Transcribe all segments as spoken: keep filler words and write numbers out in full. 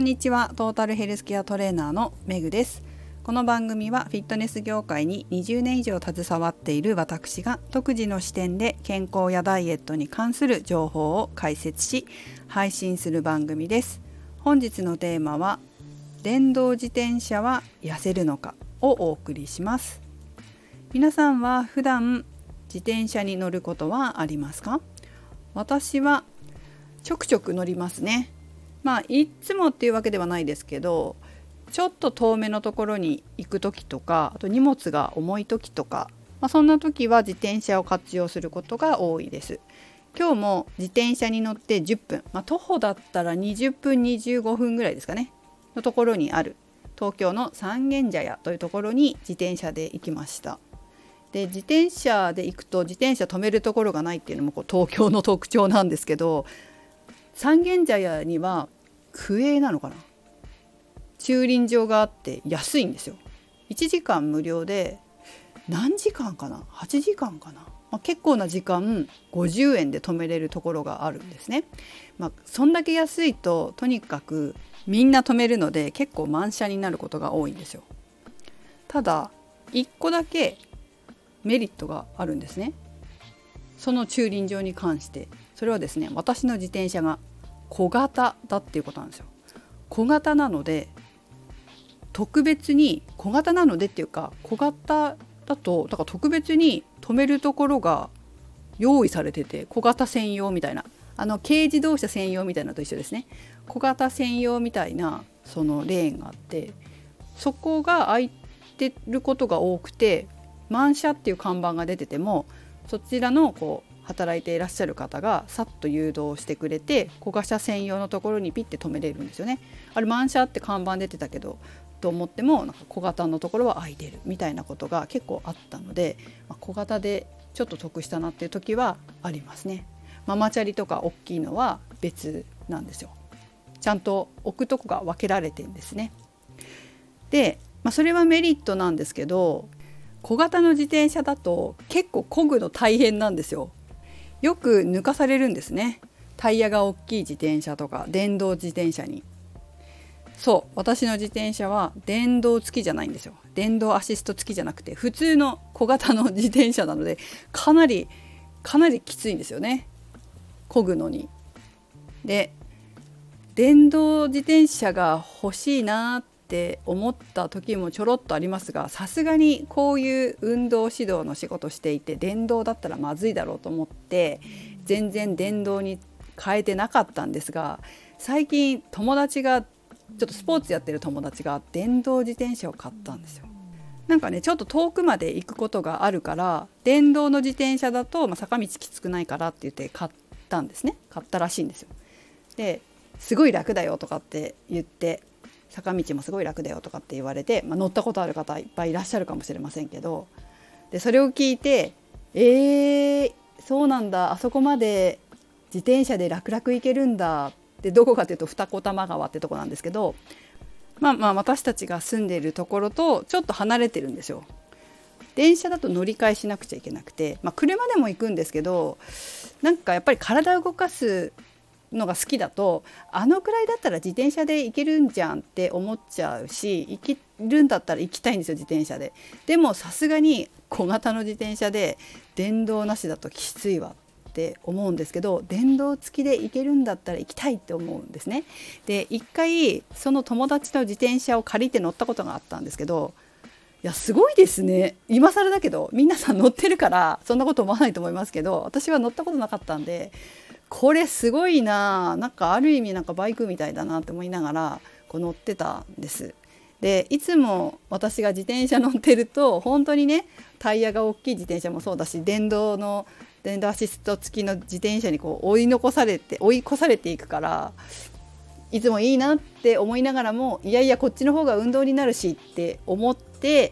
んにちは。トータルヘルスケアトレーナーのメグです。この番組はフィットネス業界ににじゅうねん以上携わっている私が独自の視点で健康やダイエットに関する情報を解説し配信する番組です。本日のテーマは電動自転車は痩せるのかをお送りします。皆さんは普段自転車に乗ることはありますか？私はちょくちょく乗りますね。まあいつもっていうわけではないですけど、ちょっと遠めのところに行く時とか、あと荷物が重い時とか、まあ、そんな時は自転車を活用することが多いです。今日も自転車に乗ってじゅっぷん、まあ、徒歩だったらにじゅっぷんにじゅうごふんぐらいですかねのところにある東京の三軒茶屋というところに自転車で行きました。で自転車で行くと自転車止めるところがないっていうのもこう東京の特徴なんですけど、三軒茶屋には区営なのかな、駐輪場があって安いんですよ。いちじかん無料で何時間かなはちじかんかな、まあ、結構な時間ごじゅうえんで止めれるところがあるんですね。まあ、そんだけ安いととにかくみんな止めるので結構満車になることが多いんですよ。ただいっこだけメリットがあるんですね。その駐輪場に関して、それはですね、私の自転車が小型だっていうことなんですよ。小型なので特別に小型なのでっていうか小型だとだから特別に止めるところが用意されてて、小型専用みたいな、あの軽自動車専用みたいなのと一緒ですね。小型専用みたいなそのレーンがあって、そこが空いてることが多くて、満車っていう看板が出ててもそちらのこう働いていらっしゃる方がさっと誘導してくれて小型専用のところにピッて止めれるんですよね。あれ満車って看板出てたけどと思ってもなんか小型のところは空いてるみたいなことが結構あったので、まあ、小型でちょっと得したなっていう時はありますね。ママチャリとか大きいのは別なんですよ。ちゃんと置くとこが分けられてるんですね。で、まあ、それはメリットなんですけど、小型の自転車だと結構漕ぐの大変なんですよ。よく抜かされるんですね。タイヤが大きい自転車とか電動自転車に。そう、私の自転車は電動付きじゃないんですよ。電動アシスト付きじゃなくて普通の小型の自転車なので、かなりかなりきついんですよね、漕ぐのに。で、電動自転車が欲しいなって思った時もちょろっとありますが、さすがにこういう運動指導の仕事していて電動だったらまずいだろうと思って全然電動に変えてなかったんですが、最近友達がちょっとスポーツやってる友達が電動自転車を買ったんですよ。なんかね、ちょっと遠くまで行くことがあるから電動の自転車だと、まあ、坂道きつくないからって言って買ったんですね。買ったらしいんですよ。ですごい楽だよとかって言って、坂道もすごい楽だよとかって言われて、まあ、乗ったことある方いっぱいいらっしゃるかもしれませんけど、でそれを聞いてえー、そうなんだ、あそこまで自転車で楽々行けるんだって、どこかというと二子玉川ってとこなんですけど、まあまあ私たちが住んでいるところとちょっと離れてるんですよ。電車だと乗り換えしなくちゃいけなくて、まあ、車でも行くんですけど、なんかやっぱり体を動かすのが好きだと、あのくらいだったら自転車で行けるんじゃんって思っちゃうし、行けるんだったら行きたいんですよ、自転車で。でもさすがに小型の自転車で電動なしだときついわって思うんですけど、電動付きで行けるんだったら行きたいって思うんですね。で一回その友達の自転車を借りて乗ったことがあったんですけど、いやすごいですね。今更だけど皆さん乗ってるからそんなこと思わないと思いますけど、私は乗ったことなかったんで、これすごいな、なんかある意味なんかバイクみたいだなって思いながらこう乗ってたんです。でいつも私が自転車乗ってると本当にね、タイヤが大きい自転車もそうだし、電動の電動アシスト付きの自転車にこう追い残されて追い越されていくから、いつもいいなって思いながらも、いやいやこっちの方が運動になるしって思って、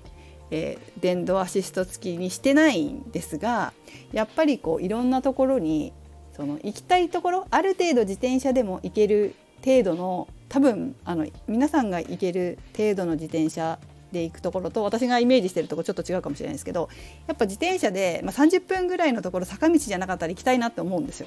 えー、電動アシスト付きにしてないんですが、やっぱりこういろんなところにその行きたいところ、ある程度自転車でも行ける程度の、多分あの皆さんが行ける程度の自転車で行くところと私がイメージしてるところちょっと違うかもしれないですけど、やっぱ自転車で、まあ、さんじゅっぷんぐらいのところ坂道じゃなかったら行きたいなって思うんですよ。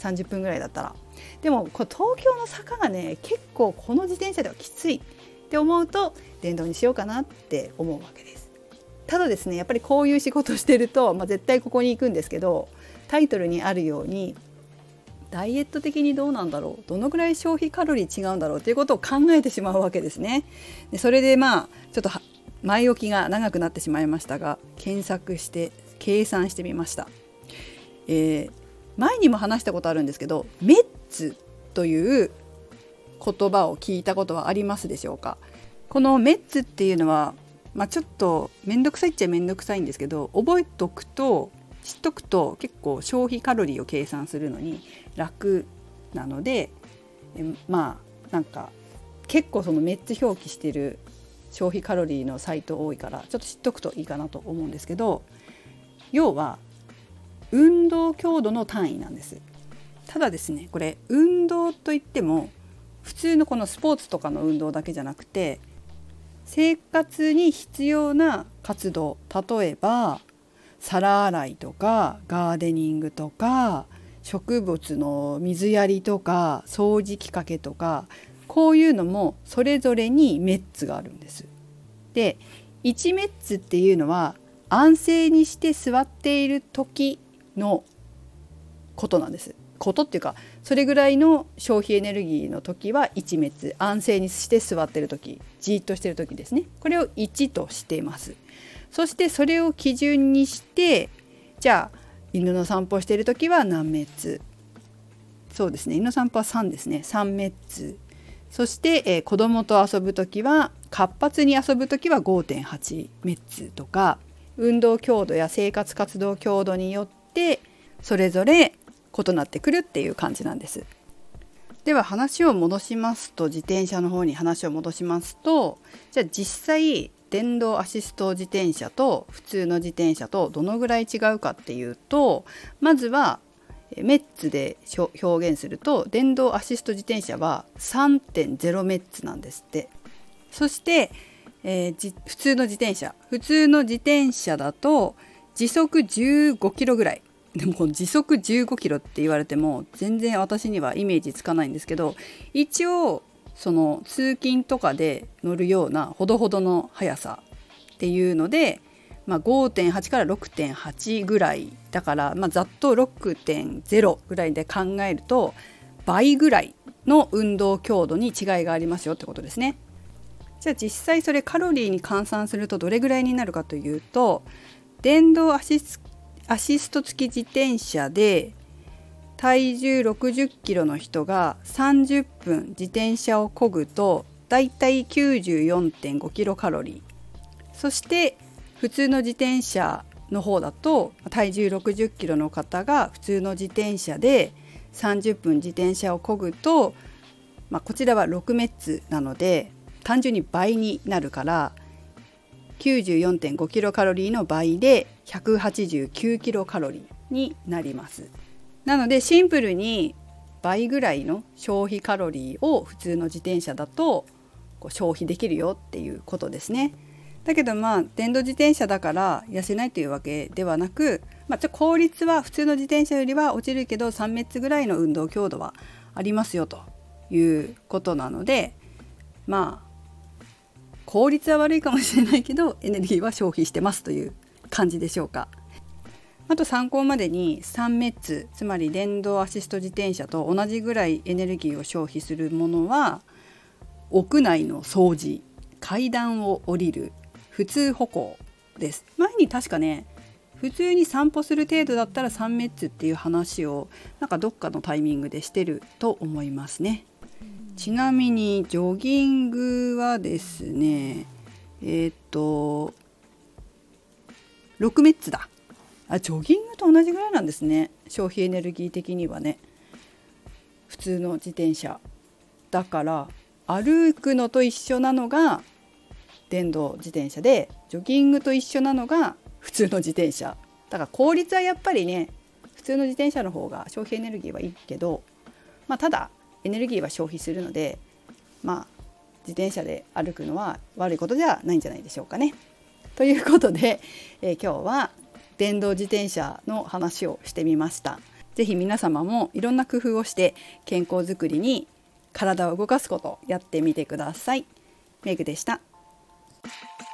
さんじゅっぷんぐらいだったら。でもこう東京の坂がね結構この自転車ではきついって思うと電動にしようかなって思うわけです。ただですねやっぱりこういう仕事してると、まあ、絶対ここに行くんですけど、タイトルにあるようにダイエット的にどうなんだろう、どのぐらい消費カロリー違うんだろうということを考えてしまうわけですね。でそれでまあちょっと前置きが長くなってしまいましたが、検索して計算してみました。えー、前にも話したことあるんですけど、メッツという言葉を聞いたことはありますでしょうか。このメッツっていうのは、まあ、ちょっとめんどくさいっちゃめんどくさいんですけど、覚えておくと知っとくと結構消費カロリーを計算するのに楽なので、えまあなんか結構そのメッツ表記してる消費カロリーのサイト多いからちょっと知っとくといいかなと思うんですけど、要は運動強度の単位なんです。ただですねこれ運動といっても普通のこのスポーツとかの運動だけじゃなくて、生活に必要な活動、例えば皿洗いとかガーデニングとか植物の水やりとか掃除機かけとか、こういうのもそれぞれにメッツがあるんです。でいちメッツっていうのは安静にして座っている時のことなんです。ことっていうかそれぐらいの消費エネルギーの時はいちメッツ、安静にして座っている時、じーっとしている時ですね、これをいちとしています。そしてそれを基準にして、じゃあ犬の散歩している時は何メッツ、そうですね犬の散歩はさんですね、さんメッツ。そして、えー、子供と遊ぶ時は活発に遊ぶ時は ごてんはちメッツとか、運動強度や生活活動強度によってそれぞれ異なってくるっていう感じなんです。では話を戻しますと、自転車の方に話を戻しますと、じゃあ実際電動アシスト自転車と普通の自転車とどのぐらい違うかっていうと、まずはメッツで表現すると電動アシスト自転車は さんてんゼロ メッツなんですって。そして、えー、じ普通の自転車普通の自転車だと時速じゅうごキロぐらい。でもこの時速じゅうごキロって言われても全然私にはイメージつかないんですけど、一応その通勤とかで乗るようなほどほどの速さっていうので、まあ、ごてんはち から ろくてんはち ぐらいだから、まあ、ざっと ろくてんゼロ ぐらいで考えると倍ぐらいの運動強度に違いがありますよってことですね。じゃあ実際それカロリーに換算するとどれぐらいになるかというと、電動アシスアシスト付き自転車で体重ろくじゅっキロの人がさんじゅっぷん自転車を漕ぐとだいたい きゅうじゅうよんてんごキロカロリー。そして普通の自転車の方だと体重ろくじゅっキロの方が普通の自転車でさんじゅっぷん自転車を漕ぐと、まあ、こちらはろくメッツなので単純に倍になるから きゅうじゅうよんてんごキロカロリーの倍でひゃくはちじゅうきゅうキロカロリーになります。なのでシンプルに倍ぐらいの消費カロリーを普通の自転車だとこう消費できるよっていうことですね。だけどまあ電動自転車だから痩せないというわけではなく、まあ、ちょ効率は普通の自転車よりは落ちるけどさんメッツぐらいの運動強度はありますよということなので、まあ効率は悪いかもしれないけどエネルギーは消費してますという感じでしょうか。あと参考までにさんメッツ、つまり電動アシスト自転車と同じぐらいエネルギーを消費するものは屋内の掃除、階段を降りる、普通歩行です。前に確かね普通に散歩する程度だったらさんメッツっていう話をなんかどっかのタイミングでしてると思いますね。ちなみにジョギングはですねえー、っとろくメッツだ。あ、ジョギングと同じぐらいなんですね、消費エネルギー的にはね。普通の自転車だから歩くのと一緒なのが電動自転車で、ジョギングと一緒なのが普通の自転車だから効率はやっぱりね普通の自転車の方が消費エネルギーはいいけど、まあ、ただエネルギーは消費するので、まあ自転車で歩くのは悪いことじゃないんじゃないでしょうかね。ということで、えー、今日は電動自転車の話をしてみました。 ぜひ皆様もいろんな工夫をして健康づくりに体を動かすことをやってみてください。メグでした。